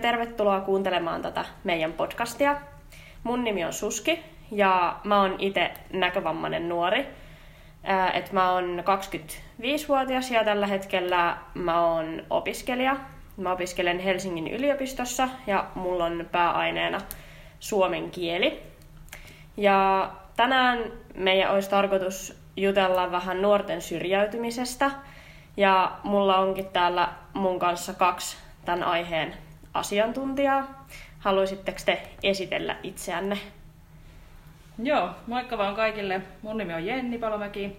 tervetuloa kuuntelemaan tätä meidän podcastia. Mun nimi on Suski ja mä oon itse näkövammainen nuori. Mä oon 25-vuotias ja tällä hetkellä mä oon opiskelija. Mä opiskelen Helsingin yliopistossa ja mulla on pääaineena suomen kieli. Ja tänään meidän olisi tarkoitus jutella vähän nuorten syrjäytymisestä. Ja mulla onkin täällä mun kanssa 2 tämän aiheen asiantuntijaa. Haluaisitteko te esitellä itseänne? Joo, moikka vaan kaikille. Mun nimi on Jenni Palomäki.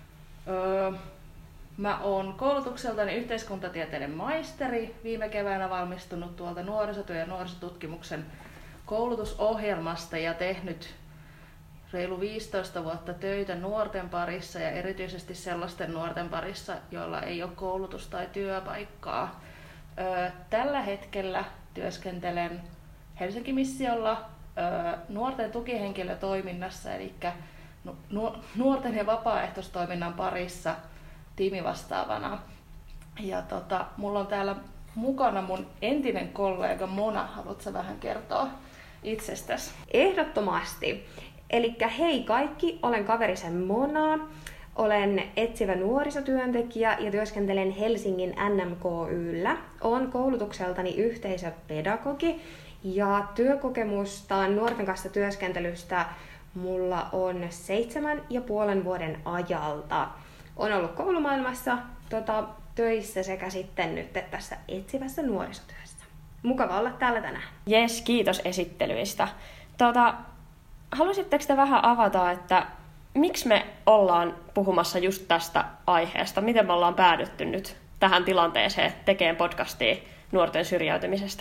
Mä oon koulutukseltani yhteiskuntatieteiden maisteri. Viime keväänä valmistunut tuolta nuorisotyö- ja nuorisotutkimuksen koulutusohjelmasta ja tehnyt reilu 15 vuotta töitä nuorten parissa ja erityisesti sellaisten nuorten parissa, joilla ei ole koulutus- tai työpaikkaa. Tällä hetkellä työskentelen Helsinki-missiolla nuorten tukihenkilötoiminnassa, eli nuorten ja vapaaehtoistoiminnan parissa tiimivastaavana. Ja mulla on täällä mukana mun entinen kollega Mona. Haluatko vähän kertoa itsestäsi? Ehdottomasti. Elikkä hei kaikki, olen kaverisen Mona. Olen etsivä nuorisotyöntekijä ja työskentelen Helsingin NMKY:llä. Olen koulutukseltani yhteisöpedagogi ja työkokemusta nuorten kanssa työskentelystä mulla on 7,5 vuoden ajalta. Olen ollut koulumaailmassa töissä sekä sitten nyt tässä etsivässä nuorisotyössä. Mukava olla täällä tänään. Jes, kiitos esittelyistä. Haluaisitteko te vähän avata, että miksi me ollaan puhumassa just tästä aiheesta? Miten me ollaan päädytty nyt tähän tilanteeseen tekemään podcastia nuorten syrjäytymisestä?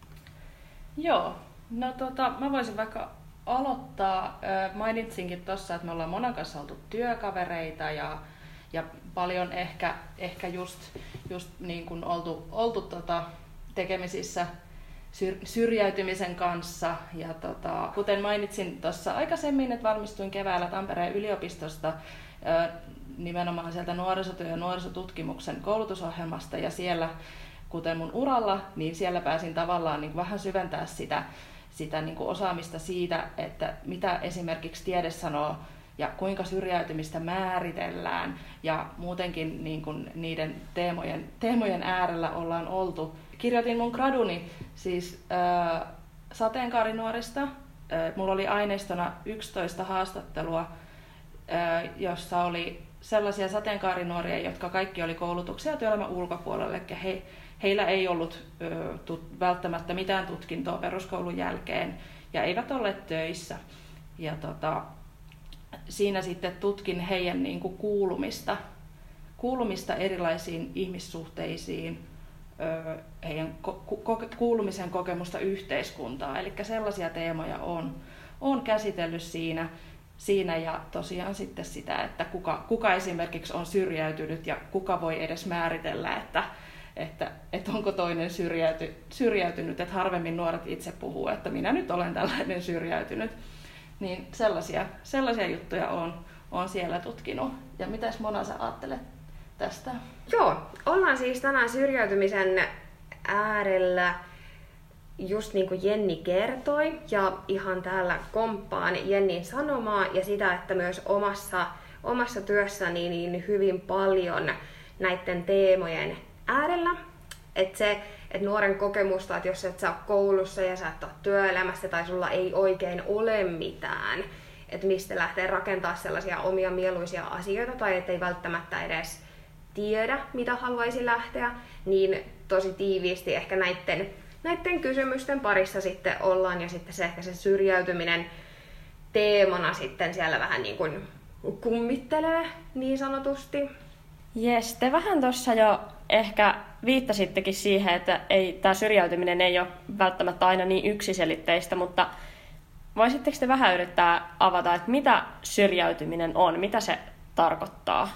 Joo, no mä voisin vaikka aloittaa. Mainitsinkin tuossa, että me ollaan Monan kanssa oltu työkavereita ja paljon ehkä just niin kuin oltu tekemisissä syrjäytymisen kanssa. Ja kuten mainitsin tuossa aikaisemmin, että valmistuin keväällä Tampereen yliopistosta nimenomaan sieltä nuorisotyö- ja nuorisotutkimuksen koulutusohjelmasta ja siellä, kuten mun uralla, niin siellä pääsin tavallaan niin vähän syventää sitä niin kuin osaamista siitä, että mitä esimerkiksi tiede sanoo ja kuinka syrjäytymistä määritellään ja muutenkin niin kuin niiden teemojen äärellä ollaan oltu. Kirjoitin mun graduni siis sateenkaarinuorista. Mulla oli aineistona 11 haastattelua, jossa oli sellaisia sateenkaarinuoria, jotka kaikki oli koulutuksen ja työelämän ulkopuolella. Eli heillä ei ollut välttämättä mitään tutkintoa peruskoulun jälkeen ja eivät olleet töissä. Ja siinä sitten tutkin heidän niin kuin kuulumista erilaisiin ihmissuhteisiin, heidän kuulumisen kokemusta yhteiskuntaan. Eli sellaisia teemoja on käsitellyt siinä ja tosiaan sitten sitä, että kuka esimerkiksi on syrjäytynyt ja kuka voi edes määritellä, että onko toinen syrjäytynyt, että harvemmin nuoret itse puhuu, että minä nyt olen tällainen syrjäytynyt. Niin sellaisia juttuja on siellä tutkinut. Ja mitäs Mona sä ajattelet tästä? Joo, ollaan siis tänään syrjäytymisen äärellä, just niin kuin Jenni kertoi, ja ihan täällä komppaan Jennin sanomaa ja sitä, että myös omassa työssäni niin hyvin paljon näiden teemojen äärellä. Että nuoren kokemusta, että jos et sä ole koulussa ja sä et ole työelämässä tai sulla ei oikein ole mitään, että mistä lähtee rakentaa sellaisia omia mieluisia asioita tai ettei välttämättä edes tiedä, mitä haluaisi lähteä, niin tosi tiiviisti ehkä näiden kysymysten parissa sitten ollaan ja sitten ehkä se syrjäytyminen teemana sitten siellä vähän niin kuin kummittelee niin sanotusti. Jes, te vähän tuossa jo ehkä viittasittekin siihen, että tämä syrjäytyminen ei ole välttämättä aina niin yksiselitteistä, mutta voisitteko te vähän yrittää avata, että mitä syrjäytyminen on, mitä se tarkoittaa?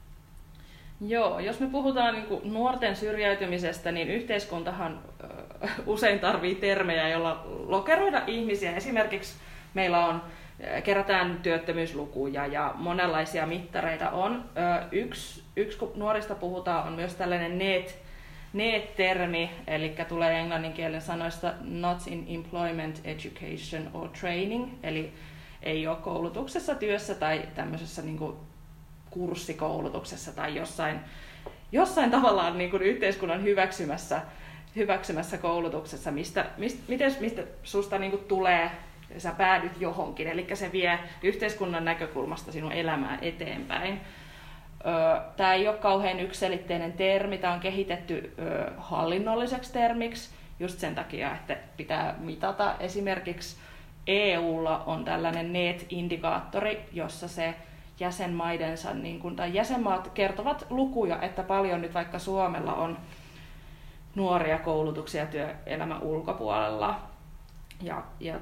Joo, jos me puhutaan niin kuin nuorten syrjäytymisestä, niin yhteiskuntahan usein tarvitsee termejä, joilla lokeroida ihmisiä. Esimerkiksi meillä kerätään työttömyyslukuja ja monenlaisia mittareita on. Yksi kun nuorista puhutaan, on myös tällainen NEET-termi, eli tulee englanninkielen sanoista Not in Employment, Education or Training, eli ei ole koulutuksessa, työssä tai tämmöisessä niin kuin kurssikoulutuksessa tai jossain tavallaan niin kuin yhteiskunnan hyväksymässä koulutuksessa, mistä susta niin kuin tulee, sä päädyt johonkin, eli se vie yhteiskunnan näkökulmasta sinun elämää eteenpäin. Tämä ei ole kauhean yksiselitteinen termi, tämä on kehitetty hallinnolliseksi termiksi just sen takia, että pitää mitata. Esimerkiksi EUlla on tällainen NEET-indikaattori, jossa se jäsenmaidensa, tai jäsenmaat kertovat lukuja, että paljon nyt vaikka Suomella on nuoria koulutuksia työelämän ulkopuolella. Ja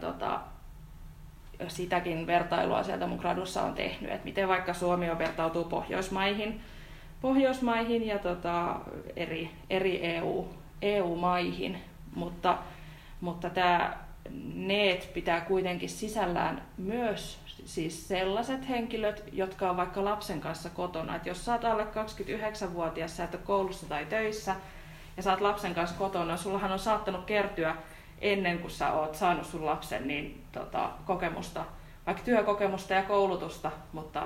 sitäkin vertailua sieltä mun gradussa on tehnyt, että miten vaikka Suomi vertautuu Pohjoismaihin ja eri EU-maihin, mutta tämä NEET pitää kuitenkin sisällään myös siis sellaiset henkilöt, jotka on vaikka lapsen kanssa kotona. Et jos sä oot alle 29-vuotias, sä et ole koulussa tai töissä ja sä oot lapsen kanssa kotona, sullahan on saattanut kertyä ennen kuin sä oot saanut sun lapsen niin kokemusta, vaikka työkokemusta ja koulutusta, mutta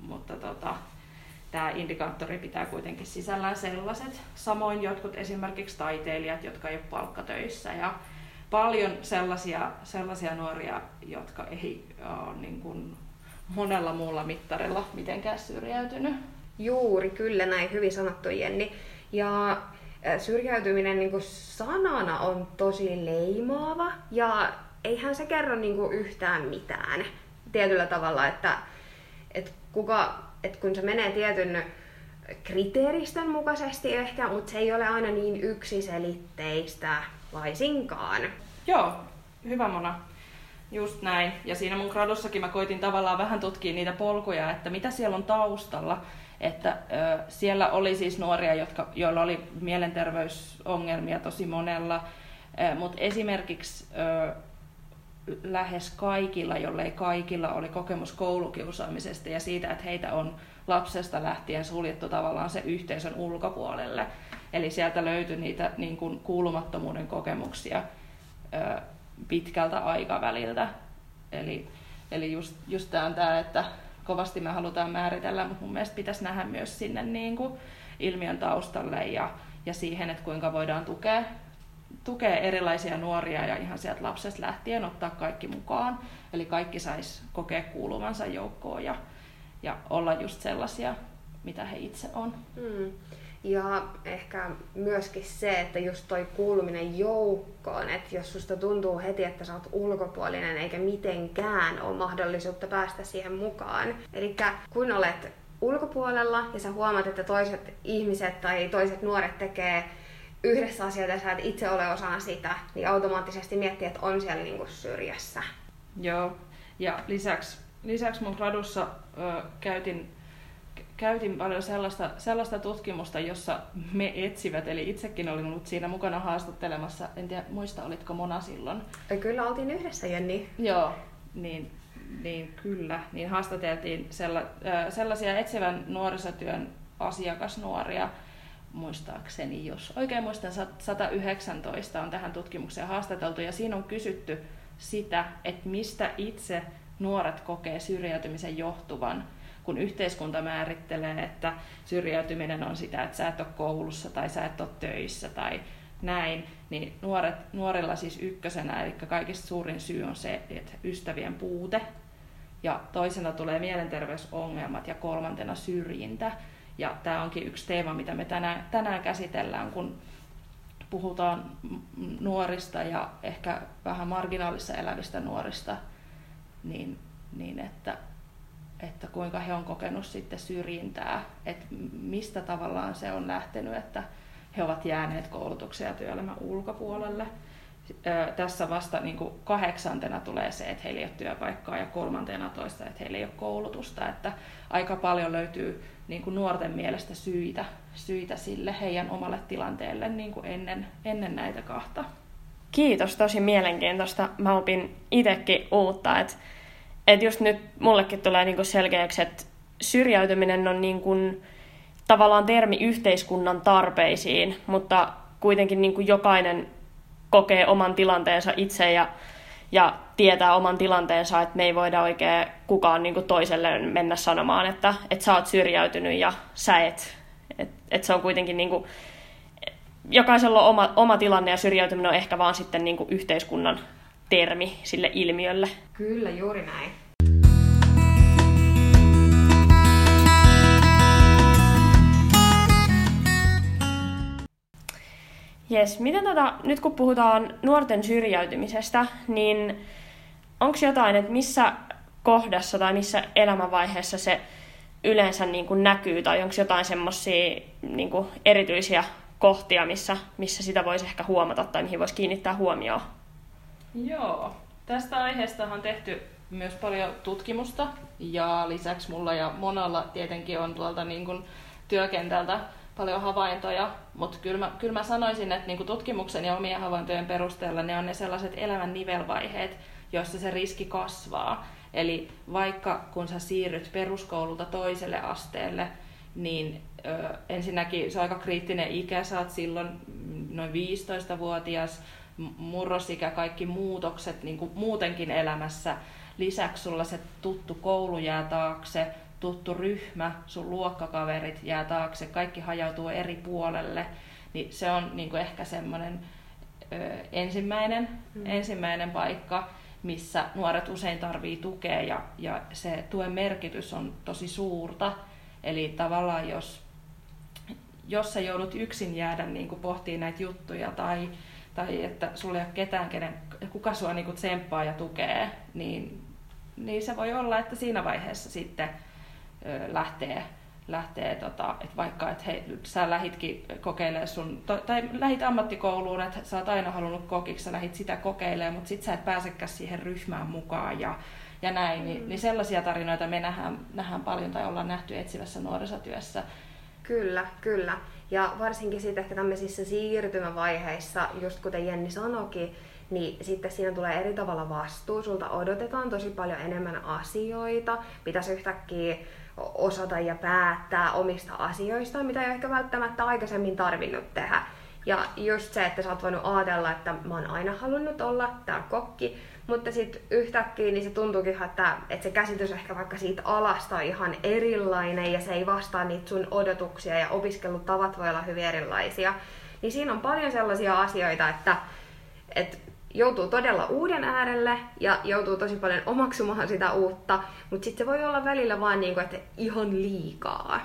tämä indikaattori pitää kuitenkin sisällään sellaiset. Samoin jotkut esimerkiksi taiteilijat, jotka ei ole palkkatöissä ja paljon sellaisia nuoria, jotka ei ole niin kuin monella muulla mittarilla mitenkään syrjäytynyt. Juuri, kyllä näin hyvin sanottu, Jenni. Ja syrjäytyminen niin kuin sanana on tosi leimaava ja eihän se kerro niin kuin yhtään mitään tietyllä tavalla, että kun se menee tietyn kriteeristön mukaisesti ehkä, mutta se ei ole aina niin yksiselitteistä laisinkaan. Joo, hyvä Mona. Just näin. Ja siinä mun gradussakin mä koitin tavallaan vähän tutkia niitä polkuja, että mitä siellä on taustalla. Että siellä oli siis nuoria, joilla oli mielenterveysongelmia tosi monella, mutta esimerkiksi lähes kaikilla, jollei kaikilla, oli kokemus koulukiusaamisesta ja siitä, että heitä on lapsesta lähtien suljettu tavallaan se yhteisön ulkopuolelle. Eli sieltä löytyi niitä niin kuin kuulumattomuuden kokemuksia pitkältä aikaväliltä. Eli just tämä, että kovasti me halutaan määritellä, mutta mun mielestä pitäisi nähdä myös sinne niin kuin ilmiön taustalle ja siihen, että kuinka voidaan tukea erilaisia nuoria ja ihan sieltä lapsesta lähtien ottaa kaikki mukaan. Eli kaikki sais kokea kuuluvansa joukkoon ja olla just sellaisia, mitä he itse on. Ja ehkä myöskin se, että just toi kuuluminen joukkoon, että jos susta tuntuu heti, että sä oot ulkopuolinen eikä mitenkään ole mahdollisuutta päästä siihen mukaan. Eli kun olet ulkopuolella ja sä huomaat, että toiset ihmiset tai toiset nuoret tekee yhdessä asioita ja sä et itse ole osana sitä, niin automaattisesti miettii, että on siellä niinku syrjässä. Joo, ja lisäksi mun gradussa käytin paljon sellaista tutkimusta, jossa me etsivät, eli itsekin olin ollut siinä mukana haastattelemassa, en tiedä muista, olitko Mona silloin? Kyllä oltiin yhdessä, Jenni. Joo, niin kyllä, niin haastateltiin sellaisia etsivän nuorisotyön asiakasnuoria, muistaakseni, jos oikein muistan, 119 on tähän tutkimukseen haastateltu, ja siinä on kysytty sitä, että mistä itse nuoret kokee syrjäytymisen johtuvan, kun yhteiskunta määrittelee, että syrjäytyminen on sitä, että sä et ole koulussa tai sä et ole töissä tai näin, niin nuorilla siis ykkösenä, eli kaikista suurin syy on se, että ystävien puute, ja toisena tulee mielenterveysongelmat ja kolmantena syrjintä. Ja tämä onkin yksi teema, mitä me tänään käsitellään, kun puhutaan nuorista ja ehkä vähän marginaalissa elävistä nuorista, niin että kuinka he on kokenut sitten syrjintää, että mistä tavallaan se on lähtenyt, että he ovat jääneet koulutuksen ja työelämän ulkopuolelle. Tässä vasta niin kuin 8. tulee se, että heillä ei ole työpaikkaa ja 13, että heillä ei ole koulutusta. Että aika paljon löytyy niin kuin nuorten mielestä syitä sille heidän omalle tilanteelle niin kuin ennen näitä kahta. Kiitos, tosi mielenkiintoista. Mä opin itsekin uutta, että just nyt mullekin tulee niin kuin selkeäksi, että syrjäytyminen on niin kuin tavallaan termi yhteiskunnan tarpeisiin, mutta kuitenkin niin kuin jokainen kokee oman tilanteensa itse ja tietää oman tilanteensa, että me ei voida oikein kukaan niin kuin toiselle mennä sanomaan, että sä oot syrjäytynyt ja sä et. Että se on kuitenkin, niin kuin, jokaisella on oma tilanne ja syrjäytyminen on ehkä vaan sitten niin kuin yhteiskunnan termi sille ilmiölle. Kyllä, juuri näin. Jes, miten nyt kun puhutaan nuorten syrjäytymisestä, niin onko jotain, että missä kohdassa tai missä elämänvaiheessa se yleensä niin kuin näkyy, tai onko jotain semmoisia niin kuin erityisiä kohtia, missä sitä voisi ehkä huomata tai mihin voisi kiinnittää huomioon? Joo, tästä aiheesta on tehty myös paljon tutkimusta, ja lisäksi mulla ja Monalla tietenkin on tuolta niin kuin työkentältä paljon havaintoja, mutta kyllä mä sanoisin, että niinku tutkimuksen ja omien havaintojen perusteella ne on ne sellaiset elämän nivelvaiheet, joissa se riski kasvaa. Eli vaikka kun sä siirryt peruskoululta toiselle asteelle, niin ensinnäkin se on aika kriittinen ikä, sä oot silloin noin 15-vuotias, murrosikä, kaikki muutokset niin kuin muutenkin elämässä. Lisäksi sulla se tuttu koulu jää taakse, tuttu ryhmä, sun luokkakaverit jää taakse, kaikki hajautuu eri puolelle, niin se on niin kuin ehkä semmoinen ensimmäinen paikka, missä nuoret usein tarvii tukea ja se tuen merkitys on tosi suurta. Eli tavallaan jos sä joudut yksin jäädä niin kuin pohtii näitä juttuja tai että sulla ei ole ketään, kuka sua niin kuin tsemppaa ja tukee, niin se voi olla, että siinä vaiheessa sitten lähtee että vaikka että hei, sä lähitkin kokeilemaan tai lähit ammattikouluun, että sä oot aina halunnut kokiksi, sä lähit sitä kokeilemaan, mutta sit sä et pääsekään siihen ryhmään mukaan ja näin, niin sellaisia tarinoita me nähdään paljon tai ollaan nähty etsivässä nuorisotyössä. Kyllä. Ja varsinkin sitten ehkä tämmöisissä siirtymävaiheissa, just kuten Jenni sanoikin, niin sitten siinä tulee eri tavalla vastuu. Sulta odotetaan tosi paljon enemmän asioita. Pitäisi yhtäkkiä osata ja päättää omista asioista, mitä ei ole ehkä välttämättä aikaisemmin tarvinnut tehdä. Ja just se, että sä oot voinut ajatella, että mä oon aina halunnut olla tää kokki, mutta sitten yhtäkkiä niin se tuntuukin, että se käsitys ehkä vaikka siitä alasta on ihan erilainen ja se ei vastaa niitä sun odotuksia ja opiskelutavat voi olla hyvin erilaisia. Niin siinä on paljon sellaisia asioita, että joutuu todella uuden äärelle ja joutuu tosi paljon omaksumaan sitä uutta, mutta sitten se voi olla välillä vaan niin kuin, että ihan liikaa.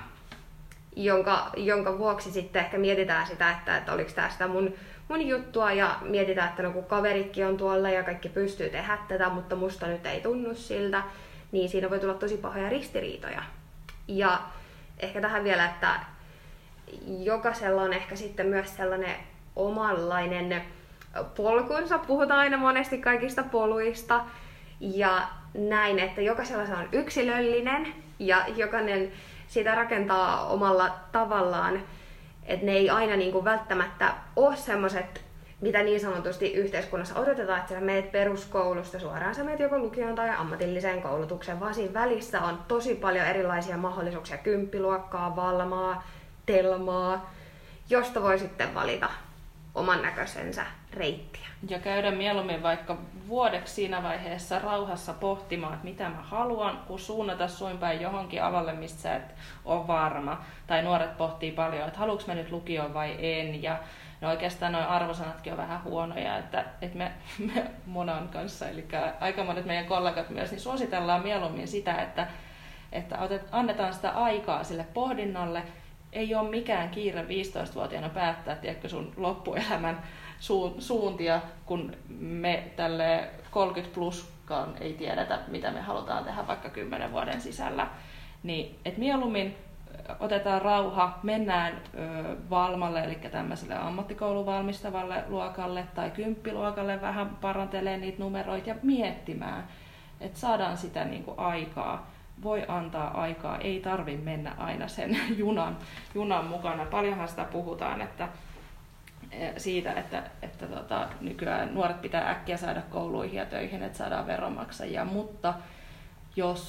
Jonka vuoksi sitten ehkä mietitään sitä, että oliko tämä sitä mun juttua ja mietitään, että no kun kaveritkin on tuolla ja kaikki pystyy tehdä tätä, mutta musta nyt ei tunnu siltä, niin siinä voi tulla tosi pahoja ristiriitoja. Ja ehkä tähän vielä, että jokaisella on ehkä sitten myös sellainen omanlainen polkunsa, puhutaan aina monesti kaikista poluista ja näin, että jokaisella se on yksilöllinen ja jokainen sitä rakentaa omalla tavallaan, että ne ei aina niin kuin välttämättä ole semmoiset, mitä niin sanotusti yhteiskunnassa odotetaan, että sä meet peruskoulusta suoraan, sä meet joko lukioon tai ammatilliseen koulutukseen, vaan siinä välissä on tosi paljon erilaisia mahdollisuuksia, kymppiluokkaa, Valmaa, Telmaa, josta voi sitten valita oman näköisensä reittiä. Ja käydä mieluummin vaikka vuodeksi siinä vaiheessa rauhassa pohtimaan, että mitä mä haluan, kun suunnata suin päin johonkin alalle, mistä sä et ole varma. Tai nuoret pohtii paljon, että haluanko mä nyt lukioon vai en. Ja no oikeastaan nuo arvosanatkin on vähän huonoja, että me Monan kanssa, eli aika monet meidän kollegat myös, niin suositellaan mieluummin sitä, että annetaan sitä aikaa sille pohdinnalle. Ei ole mikään kiire 15-vuotiaana päättää, tiedätkö, sun loppuelämän suuntia, kun me tälle 30-pluskaan ei tiedetä, mitä me halutaan tehdä vaikka 10 vuoden sisällä. Niin, et mieluummin otetaan rauha, mennään Valmalle, eli tämmöiselle ammattikoulun valmistavalle luokalle tai kymppiluokalle vähän parantelee niitä numeroita ja miettimään, että saadaan sitä niin kuin aikaa. Voi antaa aikaa, ei tarvitse mennä aina sen junan mukana. Paljonhan sitä puhutaan, että siitä, että nykyään nuoret pitää äkkiä saada kouluihin ja töihin, että saadaan veronmaksajia, mutta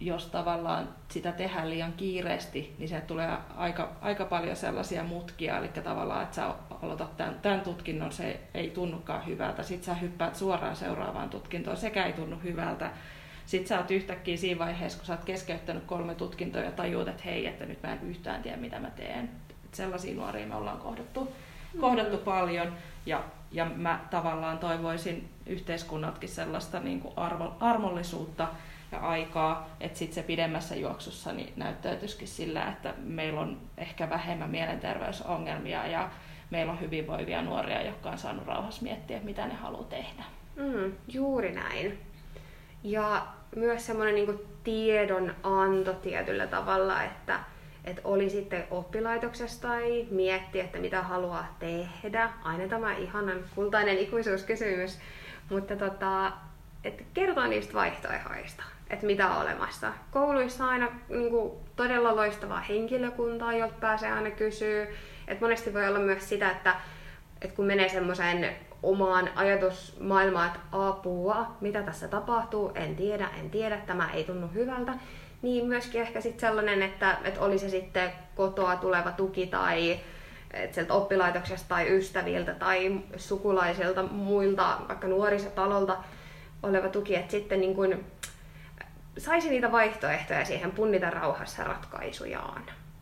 jos tavallaan sitä tehdään liian kiireesti, niin se tulee aika paljon sellaisia mutkia, eli tavallaan, että sä aloitat tämän tutkinnon, se ei tunnukaan hyvältä, sitten sä hyppäät suoraan seuraavaan tutkintoon, sekä ei tunnu hyvältä. Sitten sä oot yhtäkkiä siinä vaiheessa, kun sä oot keskeyttänyt 3 tutkintoa ja tajuut, että hei, että nyt mä en yhtään tiedä, mitä mä teen. Et sellaisia nuoria me ollaan kohdattu paljon, ja mä tavallaan toivoisin yhteiskunnaltakin sellaista niin kuin armollisuutta ja aikaa, että sitten se pidemmässä juoksussa niin näyttäytyisikin sillä, että meillä on ehkä vähemmän mielenterveysongelmia ja meillä on hyvinvoivia nuoria, jotka on saanut rauhassa miettiä, mitä ne haluaa tehdä. Juuri näin. Ja myös semmoinen niin kuin tiedonanto tietyllä tavalla, että oli sitten oppilaitoksessa tai miettiä, että mitä haluaa tehdä. Aina tämä ihanan kultainen ikuisuuskysymys, mutta että kertoo niistä vaihtoehdoista, että mitä on olemassa. Kouluissa on aina niin kuin todella loistavaa henkilökuntaa, jolta pääsee aina kysyä. Että monesti voi olla myös sitä, että kun menee semmoiseen omaan ajatusmaailmaan, että apua, mitä tässä tapahtuu, en tiedä, tämä ei tunnu hyvältä. Niin myöskin ehkä sitten sellainen, että oli se sitten kotoa tuleva tuki tai sieltä oppilaitoksesta tai ystäviltä tai sukulaisilta, muilta, vaikka nuorisotalolta oleva tuki, että sitten niin kuin saisi niitä vaihtoehtoja siihen punnita rauhassa ratkaisujaan.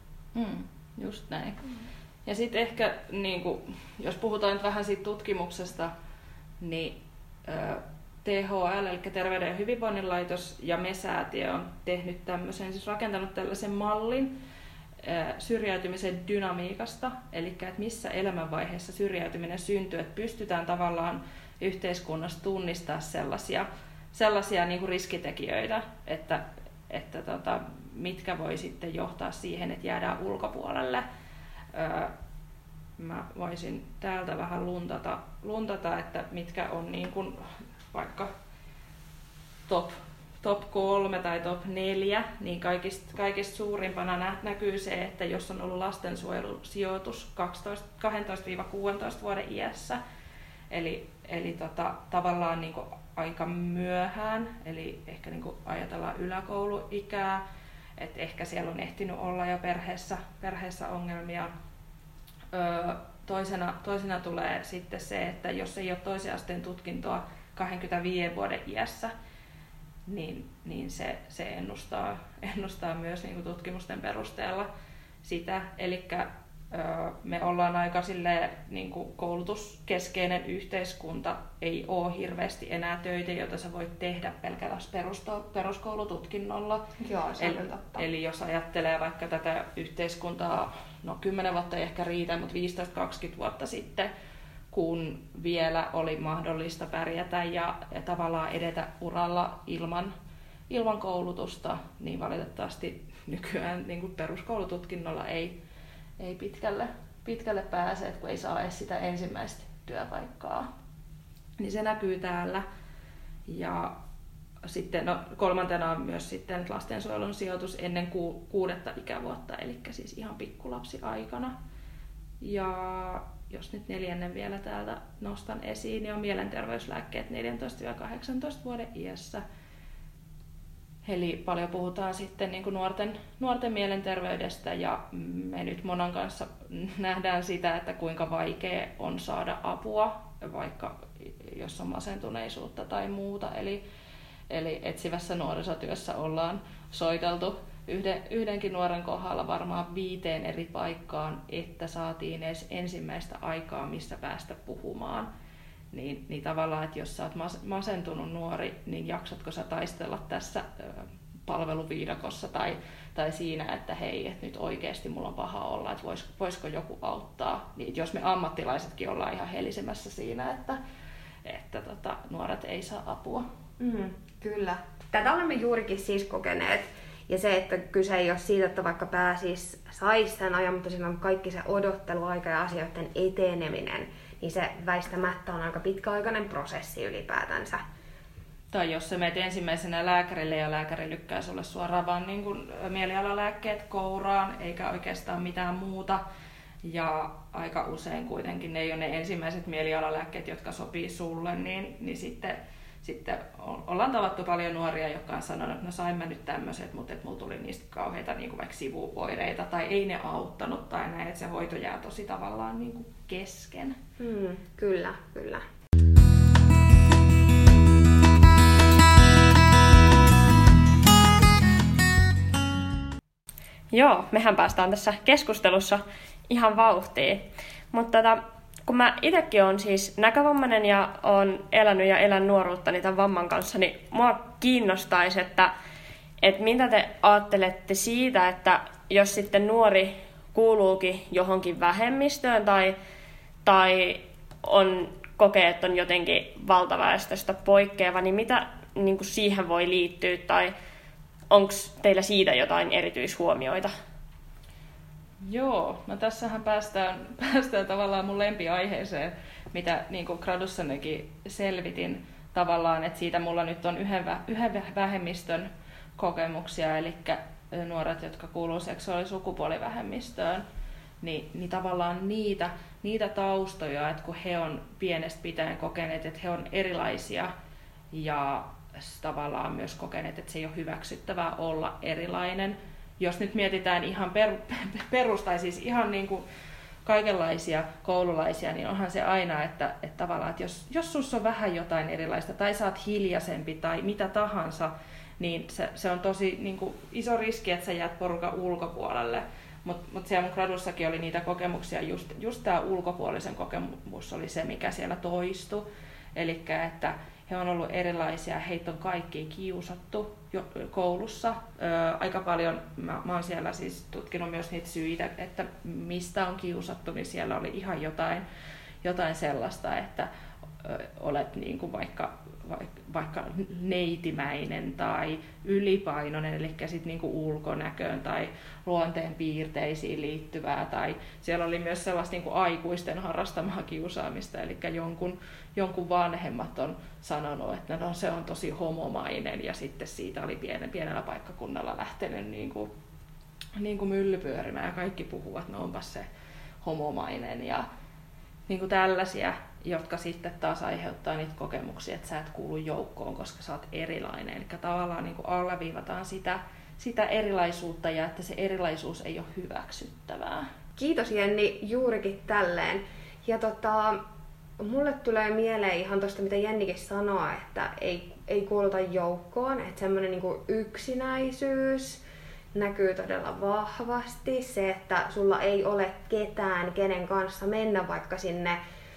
Just näin. Ja sitten ehkä, niin kuin, jos puhutaan nyt vähän siitä tutkimuksesta, niin THL, eli Terveyden ja hyvinvoinnin laitos ja Me-säätiö on tehnyt tämmöisen, siis rakentanut tällaisen mallin syrjäytymisen dynamiikasta, eli että missä elämänvaiheessa syrjäytyminen syntyy, että pystytään tavallaan yhteiskunnassa tunnistamaan sellaisia niin kuin riskitekijöitä, että mitkä voi sitten johtaa siihen, että jäädään ulkopuolelle. Mä voisin täältä vähän luntata, että mitkä on niin kuin vaikka top 3 tai top 4, niin kaikista suurimpana näkyy se, että jos on ollut lastensuojelusijoitus 12-16 vuoden iässä, eli tavallaan niin kuin aika myöhään, eli ehkä niin kuin ajatellaan yläkouluikää, että ehkä siellä on ehtinyt olla jo perheessä ongelmia. Toisena tulee sitten se, että jos ei ole toisen asteen tutkintoa 25 vuoden iässä, niin se ennustaa myös niin kuin tutkimusten perusteella sitä. Eli me ollaan aika niin kuin koulutuskeskeinen yhteiskunta, ei ole hirveästi enää töitä, joita sä voit tehdä pelkällä peruskoulututkinnolla. Joo, se on totta. Eli jos ajattelee vaikka tätä yhteiskuntaa, 10 vuotta ei ehkä riitä, mutta 15-20 vuotta sitten, kun vielä oli mahdollista pärjätä ja tavallaan edetä uralla ilman koulutusta, niin valitettavasti nykyään niin kuin peruskoulututkinnolla ei pitkälle pääse, kun ei saa edes sitä ensimmäistä työpaikkaa. Niin se näkyy täällä. Ja sitten kolmantena on myös sitten lastensuojelun sijoitus ennen 6. ikävuotta, eli siis ihan pikkulapsiaikana. Ja jos nyt 4. vielä täältä nostan esiin, niin on mielenterveyslääkkeet 14-18 vuoden iässä. Eli paljon puhutaan sitten niin kuin nuorten mielenterveydestä, ja me nyt Monan kanssa nähdään sitä, että kuinka vaikea on saada apua, vaikka jos on masentuneisuutta tai muuta. Eli etsivässä nuorisotyössä ollaan soiteltu yhdenkin nuoren kohdalla varmaan 5 eri paikkaan, että saatiin edes ensimmäistä aikaa, missä päästä puhumaan. Niin tavallaan, että jos sä oot masentunut nuori, niin jaksatko sä taistella tässä palveluviidakossa tai siinä, että hei, että nyt oikeasti mulla on paha olla, että voisiko joku auttaa. Niin jos me ammattilaisetkin ollaan ihan helisemässä siinä, että nuoret ei saa apua. Kyllä. Tätä olemme juurikin siis kokeneet. Ja se, että kyse ei ole siitä, että vaikka saisi sen ajan, mutta siinä on kaikki se odotteluaika ja asioiden eteneminen, niin se väistämättä on aika pitkäaikainen prosessi ylipäätänsä. Tai jos sä menet ensimmäisenä lääkärille ja lääkäri lykkää sulle suoraan vaan niin kuin mielialalääkkeet kouraan, eikä oikeastaan mitään muuta. Ja aika usein kuitenkin ne ei ole ne ensimmäiset mielialalääkkeet, jotka sopii sulle, niin sitten ollaan tavattu paljon nuoria, jotka on sanonut, että no sain mä nyt tämmöiset, mutta mulla tuli niistä kauheita niin kuin vaikka sivuoireita tai ei ne auttanut tai näin, että se hoito jää tosi tavallaan niin kuin kesken. Kyllä, kyllä. Joo, mehän päästään tässä keskustelussa ihan vauhtiin. Mutta kun mä itsekin olen siis näkövammainen ja olen elänyt ja elän nuoruuttani tämän vamman kanssa, niin mua kiinnostaisi, että mitä te ajattelette siitä, että jos sitten nuori kuuluukin johonkin vähemmistöön tai kokee, että on jotenkin valtaväestöstä poikkeava, niin mitä niin kuin siihen voi liittyä tai onko teillä siitä jotain erityishuomioita? Joo, no tässähän päästään tavallaan mun lempiaiheeseen, mitä niin kuin gradussanikin selvitin tavallaan, että siitä mulla nyt on yhden vähemmistön kokemuksia, eli nuoret, jotka kuuluu seksuaali- ja sukupuolivähemmistöön, niin tavallaan niitä taustoja, että kun he on pienestä pitäen kokeneet, että he on erilaisia ja tavallaan myös kokeneet, että se ei ole hyväksyttävää olla erilainen. Jos nyt mietitään ihan tai siis ihan niin kuin kaikenlaisia koululaisia, niin onhan se aina, että tavallaan, että jos sussa on vähän jotain erilaista tai sä oot hiljaisempi tai mitä tahansa, niin se on tosi niin kuin iso riski, että sä jäät porukan ulkopuolelle. Mutta siellä mun gradussakin oli niitä kokemuksia, just tämä ulkopuolisen kokemus oli se, mikä siellä toistui. Eli että he on ollut erilaisia, heitä on kaikkia kiusattu jo koulussa. Aika paljon, mä oon siellä siis tutkinut myös niitä syitä, että mistä on kiusattu, niin siellä oli ihan jotain sellaista, että olet niin kuin vaikka neitimäinen tai ylipainoinen, eli sitten niin kuin ulkonäköön tai luonteen piirteisiin liittyvää. Tai siellä oli myös sellaista niin kuin aikuisten harrastamaa kiusaamista, eli jonkun vanhemmat on sanonut, että no, se on tosi homomainen, ja sitten siitä oli pienellä paikkakunnalla lähtenyt niin kuin mylly pyörimään, ja kaikki puhuvat, että no onpas se homomainen, ja niin kuin tällaisia, jotka sitten taas aiheuttaa niitä kokemuksia, että sä et kuulu joukkoon, koska sä oot erilainen. Eli tavallaan niin kuin alleviivataan sitä erilaisuutta ja että se erilaisuus ei ole hyväksyttävää. Kiitos Jenni, juurikin tälleen. Ja mulle tulee mieleen ihan tuosta, mitä Jennikin sanoo, että ei kuuluta joukkoon, että semmoinen niin kuin yksinäisyys näkyy todella vahvasti. Se, että sulla ei ole ketään, kenen kanssa mennä vaikka sinne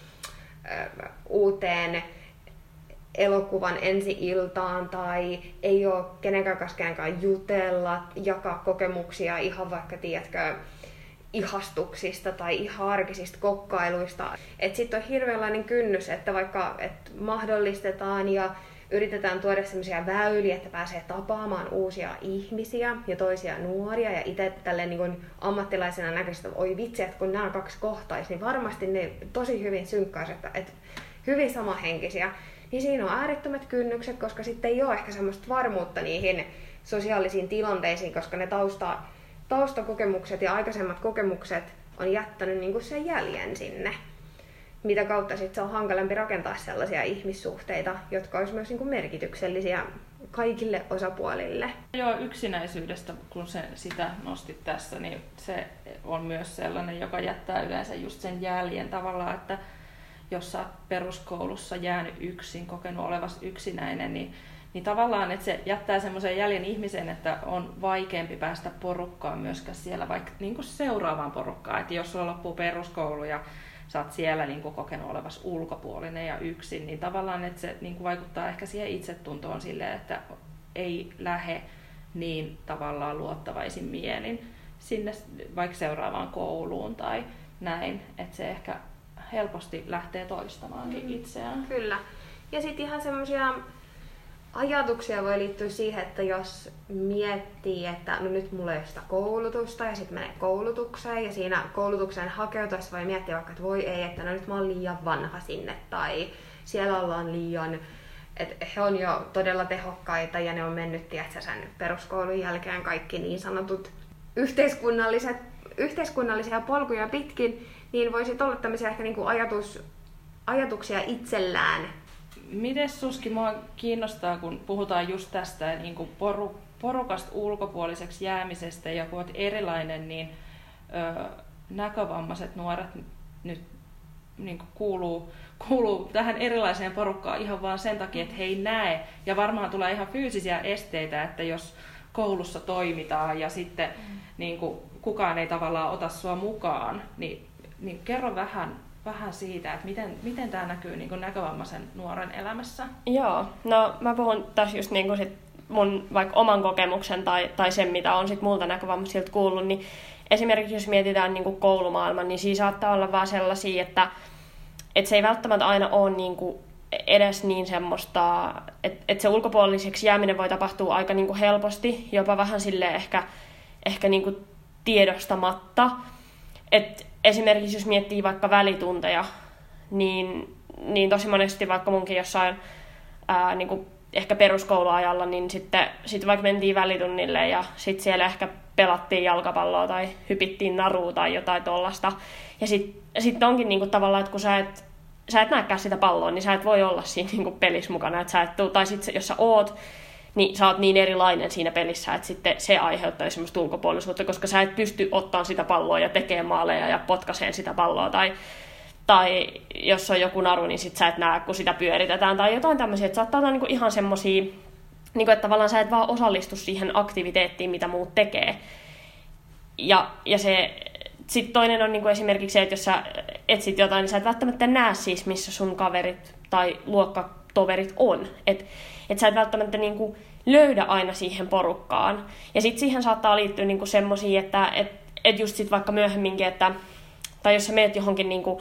uuteen elokuvan ensi-iltaan tai ei ole kenenkään kanssa jutella, jakaa kokemuksia ihan vaikka, tiedätkö, ihastuksista tai ihan arkisista kokkailuista. Sitten on hirveänlainen kynnys, että vaikka mahdollistetaan ja yritetään tuoda sellaisia väyliä, että pääsee tapaamaan uusia ihmisiä ja toisia nuoria. Ja itse tälleen niin ammattilaisena näköistä, että oi vitsi, että kun nämä kaksi kohtaisi, niin varmasti ne tosi hyvin synkkaisivat, että hyvin samahenkisiä. Niin siinä on äärettömät kynnykset, koska sitten ei ole ehkä semmoista varmuutta niihin sosiaalisiin tilanteisiin, koska ne taustakokemukset ja aikaisemmat kokemukset on jättänyt niin kuin sen jäljen sinne. Mitä kautta sitten se on hankalampi rakentaa sellaisia ihmissuhteita, jotka olisi myös niin kuin merkityksellisiä kaikille osapuolille. Joo, yksinäisyydestä, kun sitä nostit tässä, niin se on myös sellainen, joka jättää yleensä just sen jäljen tavallaan, että jos sä oot peruskoulussa jäänyt yksin, kokenut olevas yksinäinen, niin tavallaan, että se jättää semmoisen jäljen ihmisen, että on vaikeampi päästä porukkaan myöskään siellä, vaikka niin kuin seuraavaan porukkaan. Että jos sulla loppuu peruskoulu ja sä oot siellä niin kuin kokenut olevas ulkopuolinen ja yksin, niin tavallaan, että se niin kuin vaikuttaa ehkä siihen itsetuntoon silleen, että ei lähde niin tavallaan luottavaisin mielin sinne vaikka seuraavaan kouluun tai näin, että se ehkä helposti lähtee toistamaankin itseään. Kyllä. Ja sitten ihan semmoisia ajatuksia voi liittyä siihen, että jos miettii, että no nyt mulla ei ole sitä koulutusta ja sitten menee koulutukseen ja siinä koulutukseen hakeutuessa voi miettiä vaikka, että voi ei, että no nyt mä oon liian vanha sinne tai siellä ollaan liian, että he on jo todella tehokkaita ja ne on mennyt, tiedätkö, sen peruskoulun jälkeen kaikki niin sanotut yhteiskunnallisia polkuja pitkin, niin voisi olla tämmöisiä ehkä niinku ajatuksia itsellään miten Suski, mua kiinnostaa, kun puhutaan just tästä niin kuin porukasta ulkopuoliseksi jäämisestä ja kun olet erilainen, niin näkövammaiset nuoret nyt niin kuin kuuluu tähän erilaiseen porukkaan ihan vaan sen takia, että he ei näe. Ja varmaan tulee ihan fyysisiä esteitä, että jos koulussa toimitaan ja sitten niin kuin kukaan ei tavallaan ota sua mukaan, niin kerro vähän siitä, että miten tämä näkyy niin kuin näkövammaisen nuoren elämässä. Joo, no mä puhun tässä just niin kuin sit mun vaikka oman kokemuksen tai sen, mitä on sit multa näkövammaisilta kuullut, niin esimerkiksi jos mietitään niin kuin koulumaailman, niin siinä saattaa olla vaan sellaisia, että se ei välttämättä aina ole niin kuin edes niin semmoista, että se ulkopuoliseksi jääminen voi tapahtua aika niin kuin helposti, jopa vähän silleen ehkä niin kuin tiedostamatta. Et esimerkiksi jos miettii vaikka välitunteja, niin tosi monesti vaikka munkin jossain niin kuin ehkä peruskouluajalla, niin sitten vaikka mentiin välitunnille ja sitten siellä ehkä pelattiin jalkapalloa tai hypittiin narua tai jotain tollasta. Ja sitten onkin niinku tavallaan, että kun sä et näekään sitä palloa, niin sä et voi olla siinä niinku pelissä mukana. Et sä et tuu, tai sitten jos sä oot, niin sä oot niin erilainen siinä pelissä, että sitten se aiheuttaa semmoista ulkopuolisuutta, koska sä et pysty ottamaan sitä palloa ja tekemään maaleja ja potkaiseen sitä palloa. Tai jos on joku naru, niin sit sä et näe, kun sitä pyöritetään tai jotain tämmöisiä. Että saattaa olla niinku ihan semmosia, niinku, että tavallaan sä et vaan osallistu siihen aktiviteettiin, mitä muut tekee. Ja se sitten toinen on niinku esimerkiksi se, että jos sä etsit jotain, niin sä et välttämättä näe siis, missä sun kaverit tai luokkatoverit on. Että sä et välttämättä niinku löydä aina siihen porukkaan. Ja sitten siihen saattaa liittyä niinku semmosia, että just sit vaikka myöhemminkin, tai jos sä meet johonkin, niinku,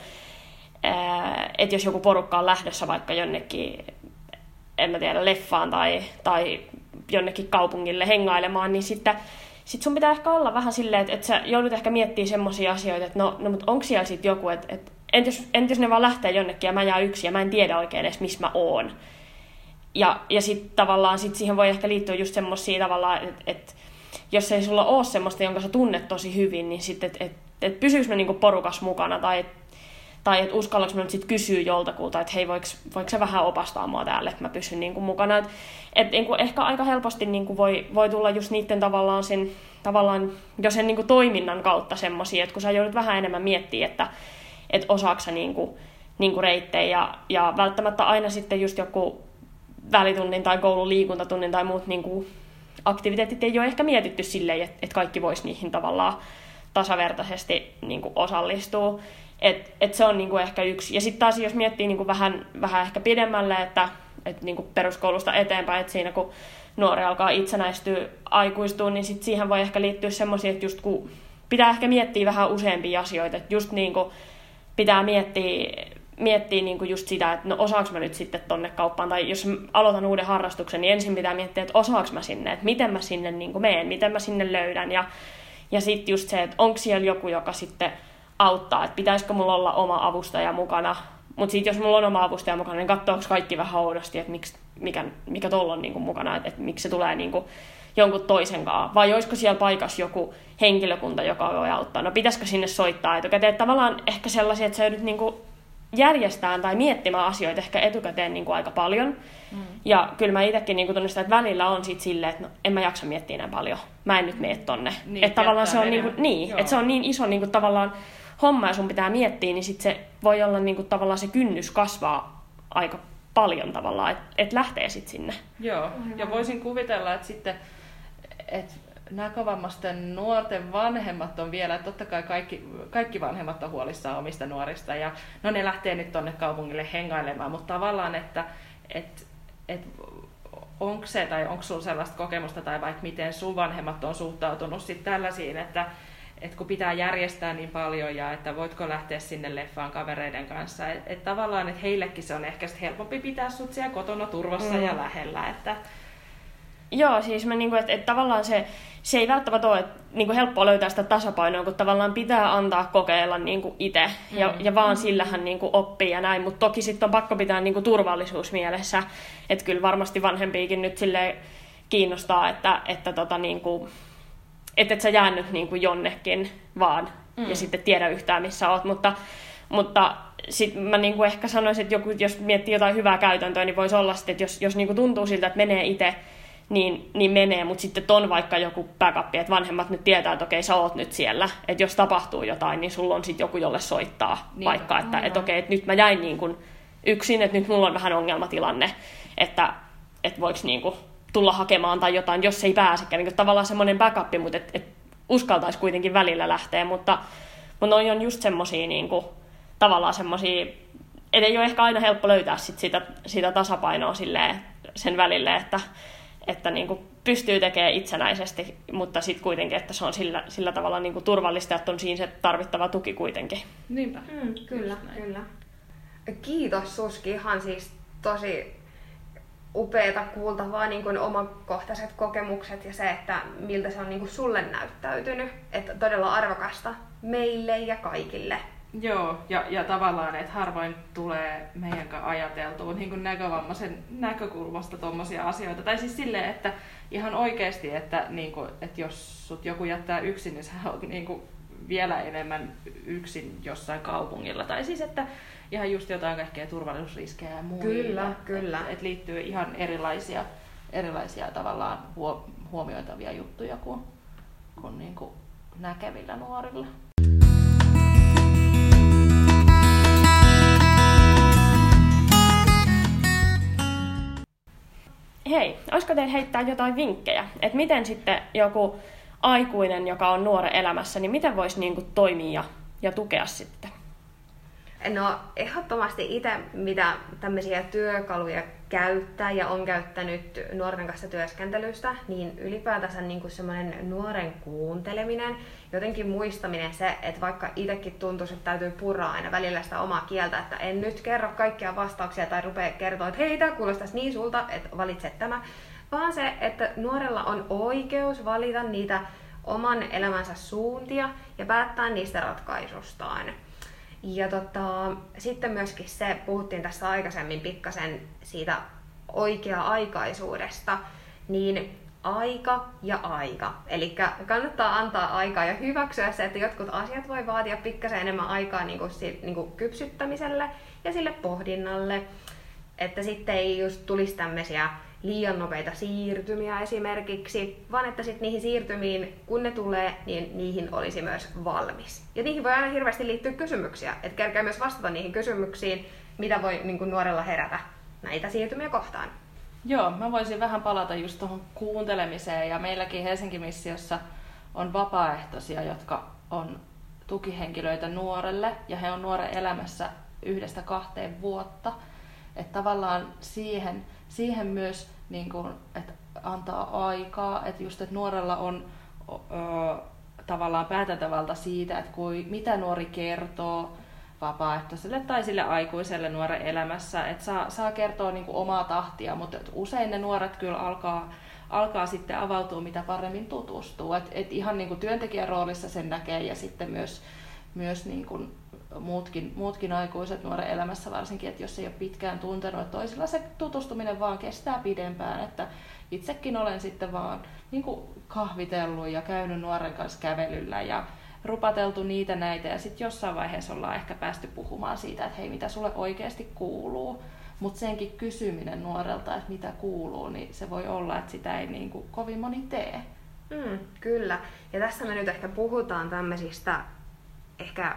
että jos joku porukka on lähdössä vaikka jonnekin, en mä tiedä, leffaan tai jonnekin kaupungille hengailemaan, niin sitten sun pitää ehkä olla vähän silleen, että sä joudut ehkä miettimään semmoisia asioita, että no mutta onko siellä sitten joku, että entä jos ne vaan lähtee jonnekin ja mä jään yksin ja mä en tiedä oikein edes, missä mä oon. Ja sitten tavallaan siihen voi ehkä liittyä just semmoisia tavallaan, että jos ei sulla ole semmoista, jonka sä tunnet tosi hyvin, niin sitten, että pysyykö mä niinku porukas mukana tai että uskallanko mä nyt sitten kysyä joltakulta, että hei, voiko sä vähän opastaa mua täällä, että mä pysyn niinku mukana. Että niinku ehkä aika helposti niinku voi tulla just niiden tavallaan jo sen niinku toiminnan kautta semmosia, että kun sä joudut vähän enemmän miettimään, että osaako sä niinku reittejä ja välttämättä aina sitten just joku välitunnin tai koulun liikuntatunnin tai muut niinku aktiviteetit ei ole ehkä mietitty silleen, että kaikki vois niihin tavallaan tasavertaisesti niinku osallistua. Et se on niinku ehkä yksi. Ja sitten taas jos miettii niinku vähän ehkä pidemmälle, että niinku peruskoulusta eteenpäin, että siinä kun nuori alkaa itsenäistyä, aikuistua, niin sit siihen voi ehkä liittyä semmoisia, että just kun pitää ehkä miettiä vähän useampia asioita, että just niinku pitää miettiä niinku just sitä, että no osaanko mä nyt sitten tonne kauppaan, tai jos aloitan uuden harrastuksen, niin ensin pitää miettiä, että osaanko mä sinne, että miten mä sinne niinku menen, miten mä sinne löydän, ja sitten just se, että onko siellä joku, joka sitten auttaa, että pitäisikö mulla olla oma avustaja mukana, mutta sitten jos mulla on oma avustaja mukana, niin katsoako kaikki vähän oudosti, että mikä tuolla on niinku mukana, että miksi se tulee niinku jonkun toisen kanssa, vai olisiko siellä paikassa joku henkilökunta, joka voi auttaa, no pitäisikö sinne soittaa etukäteen, että tavallaan ehkä sellaisia, että sä joudut niinku järjestään tai miettimään asioita ehkä etukäteen niinku aika paljon. Ja kyllä mä itsekin niinku tunnistan, että välillä on sit silleen, että no, en mä jaksa miettiä näin paljon. Mä en nyt mene tonne. Niin, että tavallaan se on niinku, että se on niin iso niinku tavallaan homma ja sun pitää miettiä, niin sit se voi olla niinku tavallaan se kynnys kasvaa aika paljon tavallaan, että lähtee sit sinne. Joo, ja voisin kuvitella, että sitten näkövammaisten nuorten vanhemmat on vielä, että totta kai kaikki vanhemmat on huolissaan omista nuorista ja no ne lähtee nyt tonne kaupungille hengailemaan, mutta tavallaan, että onko se tai onko sulla sellaista kokemusta tai vaikka miten sun vanhemmat on suhtautunut sitten tällaisiin, että kun pitää järjestää niin paljon ja että voitko lähteä sinne leffaan kavereiden kanssa, että tavallaan, että heillekin se on ehkä helpompi pitää sut siellä kotona turvassa ja lähellä, että joo, siis että tavallaan se ei välttämättä ole niinku helppoa löytää sitä tasapainoa, kun tavallaan pitää antaa kokeilla niinku itse ja vaan sillähän niinku oppii ja näin, mutta toki sitten on pakko pitää niinku turvallisuus mielessä, että kyllä varmasti vanhempiikin nyt silleen kiinnostaa, että et sä jää nyt niinku jonnekin vaan ja sitten tiedä yhtään missä oot, mutta Mutta sitten mä niinku ehkä sanoisin, että joku, jos miettii jotain hyvää käytäntöä, niin voisi olla sitten, että jos niinku tuntuu siltä, että menee itse, niin menee, mutta sitten on vaikka joku backup, että vanhemmat nyt tietää, että okei, sä oot nyt siellä, että jos tapahtuu jotain, niin sulla on sitten joku, jolle soittaa vaikka, että okei, että nyt mä jäin niin kuin yksin, että nyt mulla on vähän ongelmatilanne, että voiko niin kuin tulla hakemaan tai jotain, jos ei pääsekään, niin kuin tavallaan semmoinen backup, mutta et uskaltaisi kuitenkin välillä lähteä, mutta noi on just semmosia niin kuin tavallaan semmosia, et ei ole ehkä aina helppo löytää sitä tasapainoa sen välille, että niin kuin pystyy tekemään itsenäisesti, mutta sitten kuitenkin, että se on sillä tavalla niin kuin turvallista, että on siinä se tarvittava tuki kuitenkin. Niinpä. Kyllä. Kiitos Suski, ihan siis tosi upeata kuultavaa niin kuin omakohtaiset kokemukset ja se, että miltä se on niin kuin sulle näyttäytynyt. Että todella arvokasta meille ja kaikille. Joo, ja tavallaan, että harvoin tulee meidänkään ajateltua niin kuin näkövammaisen näkökulmasta tuommoisia asioita. Tai siis silleen, että ihan oikeasti, että, niin kuin, että jos sut joku jättää yksin, niin sä oot niin kuin vielä enemmän yksin jossain kaupungilla. Tai siis, että ihan just jotain kaikkea turvallisuusriskejä ja muuta. Kyllä. Että liittyy ihan erilaisia tavallaan huomioitavia juttuja kuin niin kuin näkevillä nuorilla. Hei, olisiko teillä heittää jotain vinkkejä, että miten sitten joku aikuinen, joka on nuoren elämässä, niin miten voisi niin kuin toimia ja tukea sitten? No ehdottomasti itse, mitä tämmöisiä työkaluja käyttää ja on käyttänyt nuorten kanssa työskentelystä, niin ylipäätänsä niin kuin semmoinen nuoren kuunteleminen, jotenkin muistaminen se, että vaikka itsekin tuntuisi, että täytyy purraa aina välillä sitä omaa kieltä, että en nyt kerro kaikkia vastauksia tai rupea kertoa, että hei, tämä kuulostaisi niin sulta, että valitse tämä, vaan se, että nuorella on oikeus valita niitä oman elämänsä suuntia ja päättää niistä ratkaisustaan. Ja sitten myöskin se, puhuttiin tässä aikaisemmin pikkasen siitä oikea-aikaisuudesta, niin aika ja aika. Eli kannattaa antaa aikaa ja hyväksyä se, että jotkut asiat voi vaatia pikkasen enemmän aikaa niin kuin kypsyttämiselle ja sille pohdinnalle, että sitten ei just tulisi tämmöisiä liian nopeita siirtymiä esimerkiksi, vaan että sitten niihin siirtymiin, kun ne tulee, niin niihin olisi myös valmis. Ja niihin voi aina hirveästi liittyä kysymyksiä, että kerkeä myös vastata niihin kysymyksiin, mitä voi niin kuin nuorella herätä näitä siirtymiä kohtaan. Joo, mä voisin vähän palata just tuohon kuuntelemiseen, ja meilläkin Helsinki-missiossa on vapaaehtoisia, jotka on tukihenkilöitä nuorelle, ja he on nuoren elämässä 1-2 vuotta. Että tavallaan siihen myös niin kun, että antaa aikaa, että just että nuorella on tavallaan päätäntävalta siitä, että mitä nuori kertoo vapaaehtoiselle tai sille aikuiselle nuoren elämässä, että saa kertoa niin kuin omaa tahtia, mutta usein ne nuoret kyllä alkaa sitten avautua, mitä paremmin tutustuu. Et ihan niin kuin työntekijän roolissa sen näkee ja sitten myös niin kuin muutkin aikuiset nuoren elämässä varsinkin, että jos ei ole pitkään tuntenut, että toisilla se tutustuminen vaan kestää pidempään, että itsekin olen sitten vaan niin kuin kahvitellut ja käynyt nuoren kanssa kävelyllä ja rupateltu niitä näitä ja sitten jossain vaiheessa ollaan ehkä päästy puhumaan siitä, että hei, mitä sulle oikeasti kuuluu, mutta senkin kysyminen nuorelta, että mitä kuuluu, niin se voi olla, että sitä ei niin kuin kovin moni tee. Kyllä, ja tässä me nyt ehkä puhutaan tämmöisistä ehkä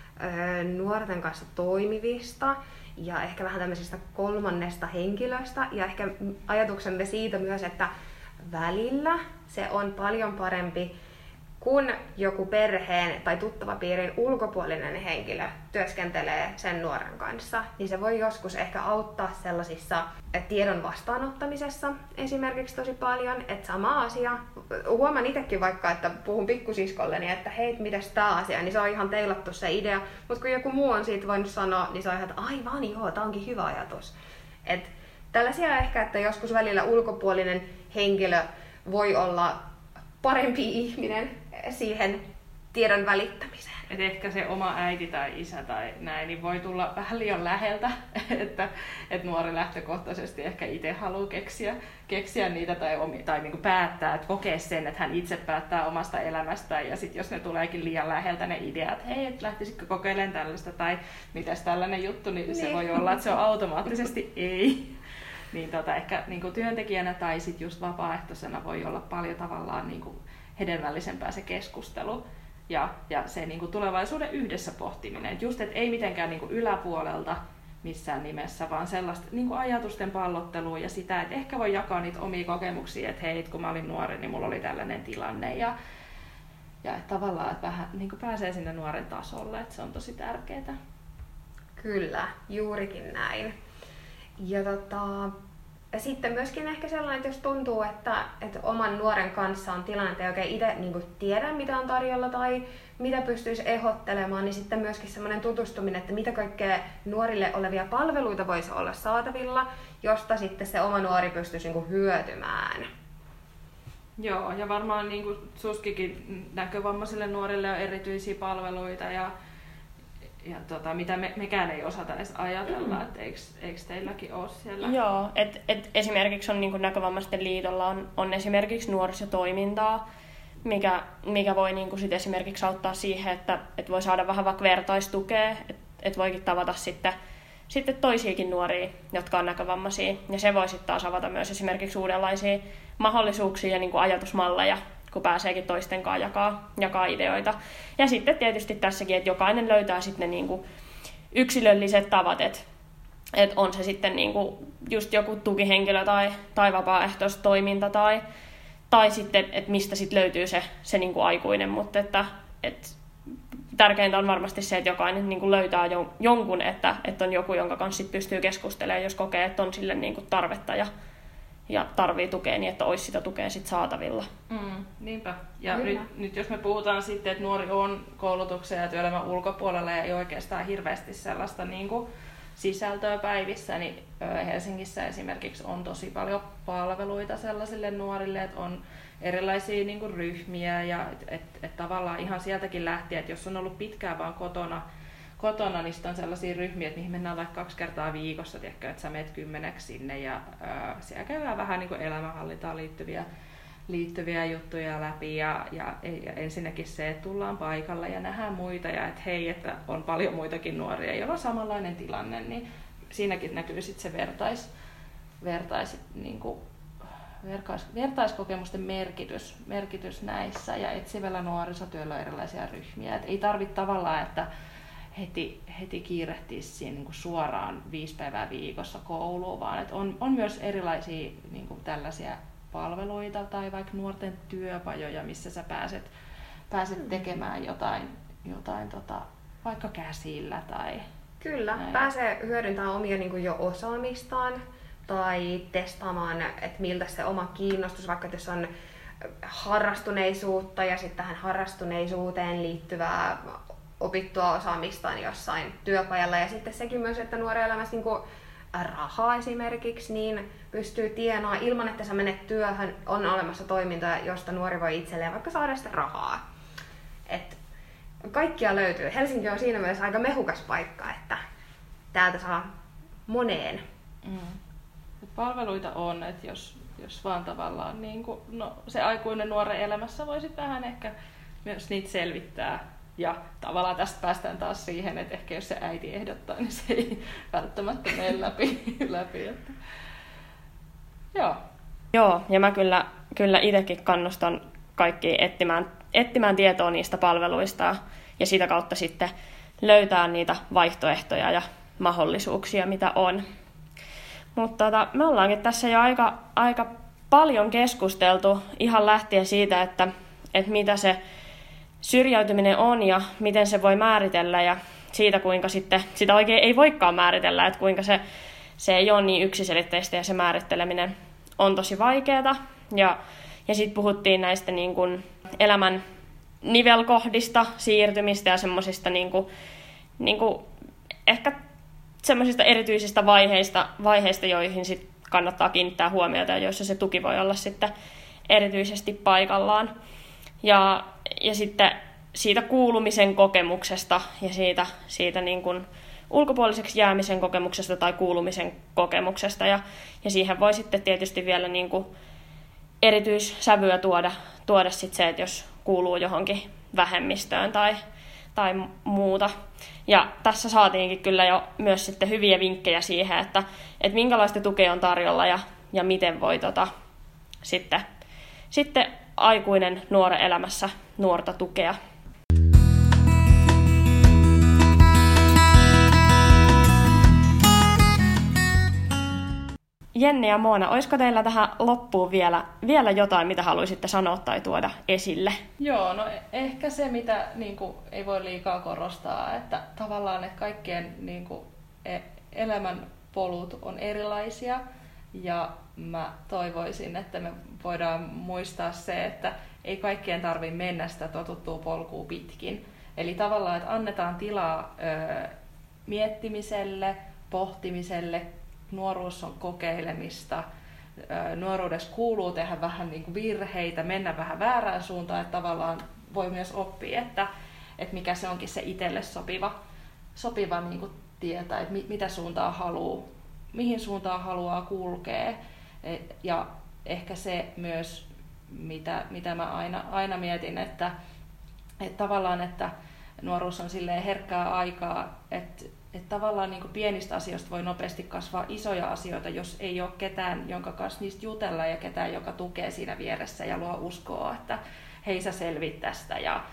nuorten kanssa toimivista ja ehkä vähän tämmöisestä kolmannesta henkilöstä ja ehkä ajatuksemme siitä myös, että välillä se on paljon parempi, kun joku perheen tai tuttavapiirin ulkopuolinen henkilö työskentelee sen nuoren kanssa, niin se voi joskus ehkä auttaa sellaisissa tiedon vastaanottamisessa esimerkiksi tosi paljon, että sama asia, huomaan itsekin vaikka, että puhun pikkusiskolleni, että hei, mitäs tää asia, niin se on ihan teilattu se idea, mutta kun joku muu on siitä voinut sanoa, niin se on ihan, että aivan joo, tää onkin hyvä ajatus. Et tällaisia ehkä, että joskus välillä ulkopuolinen henkilö voi olla parempi ihminen siihen tiedon välittämiseen. että ehkä se oma äiti tai isä tai näin, niin voi tulla vähän liian läheltä, että nuori lähtökohtaisesti ehkä itse haluaa keksiä niitä tai niin kuin päättää, että kokee sen, että hän itse päättää omasta elämästään, ja sitten jos ne tuleekin liian läheltä ne ideat, että hei, et lähtisitkö kokeilemaan tällaista tai mitäs tällainen juttu, niin se voi olla, että se on automaattisesti ei. Niin ehkä niin kuin työntekijänä tai sitten just vapaaehtoisena voi olla paljon tavallaan niin kuin hedelmällisempää se keskustelu ja se niin kuin tulevaisuuden yhdessä pohtiminen. Just, että ei mitenkään niin kuin yläpuolelta missään nimessä, vaan sellaista niin kuin ajatusten pallottelua ja sitä, että ehkä voi jakaa niitä omia kokemuksia, että hei, kun mä olin nuori, niin mulla oli tällainen tilanne ja että tavallaan että vähän niin kuin pääsee sinne nuoren tasolle, että se on tosi tärkeää. Kyllä, juurikin näin. Ja sitten myöskin ehkä sellainen, että jos tuntuu, että oman nuoren kanssa on tilanne, että ei oikein itse niin tiedä, mitä on tarjolla tai mitä pystyisi ehdottelemaan, niin sitten myöskin sellainen tutustuminen, että mitä kaikkea nuorille olevia palveluita voisi olla saatavilla, josta sitten se oma nuori pystyisi niin hyötymään. Joo, ja varmaan niin kuin Suskikin näkövammaisille nuorille on erityisiä palveluita ja mitä mekään ei osata edes ajatella, että eikö teilläkin ole siellä? Joo, et esimerkiksi on, niin kuin Näkövammaisten liitolla on esimerkiksi nuorisotoimintaa, mikä voi niin kuin sit esimerkiksi auttaa siihen, että voi saada vähän vaikka vertaistukea, että voikin tavata sitten toisiakin nuoria, jotka on näkövammaisia. Ja se voi sitten taas avata myös esimerkiksi uudenlaisia mahdollisuuksia ja niin kuin ajatusmalleja, kun pääseekin toisten kanssa jakaa ideoita. Ja sitten tietysti tässäkin, että jokainen löytää sitten ne niinku yksilölliset tavat, että on se sitten niinku just joku tukihenkilö tai vapaaehtoistoiminta tai sitten, että mistä sitten löytyy se niinku aikuinen, mutta että tärkeintä on varmasti se, että jokainen niinku löytää jonkun, että on joku, jonka kanssa sit pystyy keskustelemaan, jos kokee, että on sille niinku tarvetta ja tarvii tukea niin, että olisi sitä tukea sit saatavilla. Niinpä. Ja nyt jos me puhutaan sitten, että nuori on koulutuksen ja työelämän ulkopuolella ja ei oikeastaan hirveästi sellaista niin kuin sisältöä päivissä, niin Helsingissä esimerkiksi on tosi paljon palveluita sellaisille nuorille, että on erilaisia niin kuin ryhmiä ja et tavallaan ihan sieltäkin lähtien, että jos on ollut pitkään vaan kotona, niin on sellaisia ryhmiä, että mihin mennään vaikka 2 kertaa viikossa, tiedätkö, että sä menet 10 sinne ja siellä käydään vähän niin kuin elämänhallintaan liittyviä juttuja läpi ja ensinnäkin se, että tullaan paikalle ja nähdään muita ja että hei, että on paljon muitakin nuoria, joilla on samanlainen tilanne, niin siinäkin näkyy sitten se vertaiskokemusten merkitys näissä ja etsivällä nuorisotyöllä on erilaisia ryhmiä. Et ei tarvitse tavallaan, että heti kiirehtisi siinä niin kuin suoraan 5 päivää viikossa kouluun, vaan että on myös erilaisia niin kuin tällaisia palveluita tai vaikka nuorten työpajoja, missä sä pääset tekemään jotain vaikka käsillä tai Kyllä, näin. Pääsee hyödyntämään omia niin kuin jo osaamistaan tai testaamaan, että miltä se oma kiinnostus, vaikka jos on harrastuneisuutta ja sitten tähän harrastuneisuuteen liittyvää opittua osaamistaan jossain työpajalla. Ja sitten sekin myös, että nuoren elämässä niin kuin rahaa esimerkiksi, niin pystyy tienaamaan ilman, että sä menet työhön, on olemassa toimintoja, josta nuori voi itselleen vaikka saada sitä rahaa. Et kaikkia löytyy. Helsinki on siinä mielessä aika mehukas paikka, että täältä saa moneen. Palveluita on, että jos vaan tavallaan niin kuin, se aikuinen nuoren elämässä voisi vähän ehkä myös niitä selvittää. Ja tavallaan tästä päästään taas siihen, että ehkä jos se äiti ehdottaa, niin se ei välttämättä mene läpi. Että. Joo, ja mä kyllä itsekin kannustan kaikkia etsimään tietoa niistä palveluista ja sitä kautta sitten löytää niitä vaihtoehtoja ja mahdollisuuksia, mitä on. Mutta me ollaankin tässä jo aika paljon keskusteltu ihan lähtien siitä, että mitä se syrjäytyminen on ja miten se voi määritellä ja siitä, kuinka sitten sitä oikein ei voikaan määritellä, että kuinka se ei ole niin yksiselitteistä ja se määritteleminen on tosi vaikeaa. Ja sitten puhuttiin näistä niin kuin elämän nivelkohdista, siirtymistä ja semmoisista niin kuin ehkä semmoisista erityisistä vaiheista, joihin sit kannattaa kiinnittää huomiota ja joissa se tuki voi olla sitten erityisesti paikallaan. Ja sitten siitä kuulumisen kokemuksesta ja siitä niin kuin ulkopuoliseksi jäämisen kokemuksesta tai kuulumisen kokemuksesta. Ja siihen voi sitten tietysti vielä niin kuin erityissävyä tuoda sit se, että jos kuuluu johonkin vähemmistöön tai muuta. Ja tässä saatiinkin kyllä jo myös sitten hyviä vinkkejä siihen, että minkälaista tukea on tarjolla ja miten voi sitten aikuinen nuoren elämässä nuorta tukea. Jenni ja Moona, olisiko teillä tähän loppuun vielä jotain, mitä haluaisitte sanoa tai tuoda esille? Joo, no ehkä se, mitä niin kuin, ei voi liikaa korostaa, että tavallaan että kaikkien niin kuin, elämän polut on erilaisia. Ja mä toivoisin, että me voidaan muistaa se, että ei kaikkien tarvitse mennä sitä totuttua polkua pitkin. Eli tavallaan, että annetaan tilaa miettimiselle, pohtimiselle. Nuoruus on kokeilemista. Nuoruudessa kuuluu tehdä vähän niin kuin virheitä, mennä vähän väärään suuntaan, että tavallaan voi myös oppia, että mikä se onkin se itselle sopiva niin kuin tietää, että mitä suuntaan haluaa, mihin suuntaan haluaa kulkea. Ja ehkä se myös, mitä mä aina mietin, että tavallaan, että nuoruus on silleen herkkää aikaa, että tavallaan niin kuin pienistä asioista voi nopeasti kasvaa isoja asioita, jos ei ole ketään, jonka kanssa niistä jutella ja ketään, joka tukee siinä vieressä ja luo uskoa, että hei sä selvit tästä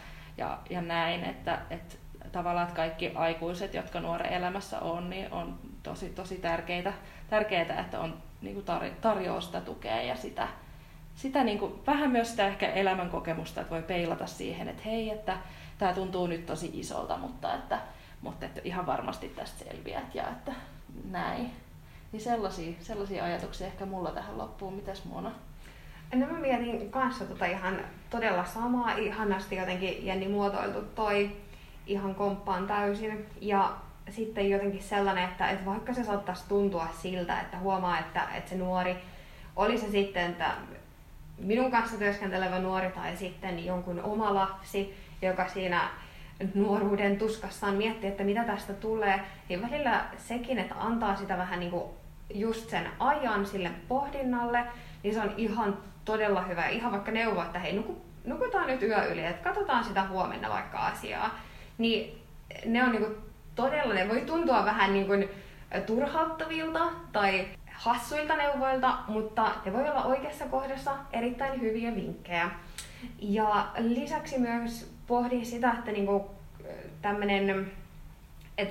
ja näin. Että tavallaan että kaikki aikuiset, jotka nuoren elämässä on, niin on tosi tärkeää, että on niin kuin tarjoaa sitä tukea ja sitä niin kuin, vähän myös sitä ehkä elämänkokemusta, että voi peilata siihen, että hei, että tämä tuntuu nyt tosi isolta, mutta että ihan varmasti tästä selviät ja että näin. Niin sellaisia ajatuksia ehkä mulla tähän loppuun. Mitäs Mona? No mä mietin kanssa ihan todella samaa, ihanasti jotenkin Jenni muotoiltu toi, ihan komppaan täysin. Ja sitten jotenkin sellainen, että vaikka se saattaisi tuntua siltä, että huomaa, että se nuori, oli se sitten että minun kanssa työskentelevä nuori tai sitten jonkun oma lapsi, joka siinä nuoruuden tuskassaan miettii, että mitä tästä tulee, niin välillä sekin, että antaa sitä vähän niin kuin just sen ajan sille pohdinnalle, niin se on ihan todella hyvä. Ihan vaikka neuvoa, että hei, nukutaan nyt yö yli, että katsotaan sitä huomenna vaikka asiaa. Niin ne on niin kuin todella, ne voi tuntua vähän niin kuin turhauttavilta tai hassuilta neuvoilta, mutta ne voi olla oikeassa kohdassa erittäin hyviä vinkkejä. Ja lisäksi myös pohdin sitä, että niinku tämmönen, että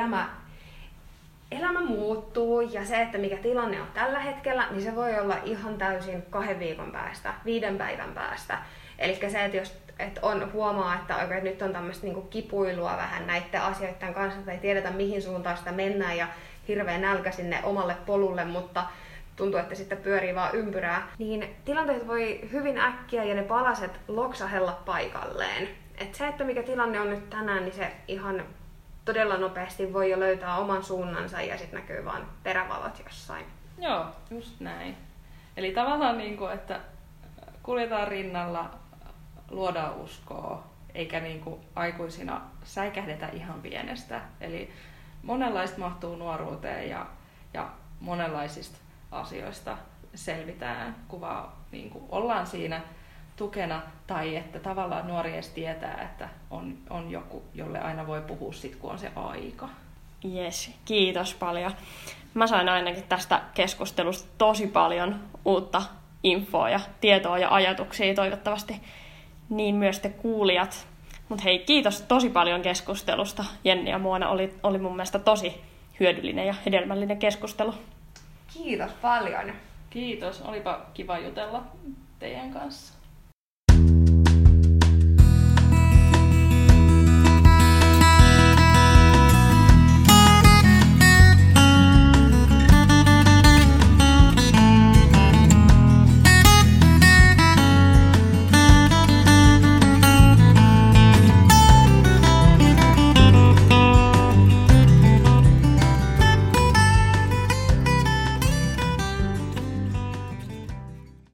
elämä muuttuu ja se, että mikä tilanne on tällä hetkellä, niin se voi olla ihan täysin 2 viikon päästä, 5 päivän päästä. Eli se, että jos huomaa, että oikein nyt on tämmöistä niinku kipuilua vähän näiden asioiden kanssa, tai ei tiedetä mihin suuntaan sitä mennään ja hirveä nälkä sinne omalle polulle, mutta tuntuu, että sitten pyörii vaan ympyrää, niin tilanteet voi hyvin äkkiä ja ne palaset loksahella paikalleen. Et se, että mikä tilanne on nyt tänään, niin se ihan todella nopeasti voi jo löytää oman suunnansa ja sitten näkyy vaan perävalot jossain. Joo, just näin. Eli tavallaan niin kuin, että kuljetaan rinnalla, luodaan uskoa, eikä niin kuin aikuisina säikähdetä ihan pienestä. Eli monenlaista mahtuu nuoruuteen ja monenlaisista asioista selvitään, kun vaan niin kuin ollaan siinä tukena tai että tavallaan nuori edes tietää, että on joku, jolle aina voi puhua sit, kun on se aika. Jes, kiitos paljon. Mä sain ainakin tästä keskustelusta tosi paljon uutta infoa ja tietoa ja ajatuksia, toivottavasti niin myös te kuulijat. Mutta hei, kiitos tosi paljon keskustelusta. Jenni ja Moona oli mun mielestä tosi hyödyllinen ja hedelmällinen keskustelu. Kiitos paljon. Kiitos, olipa kiva jutella teidän kanssa.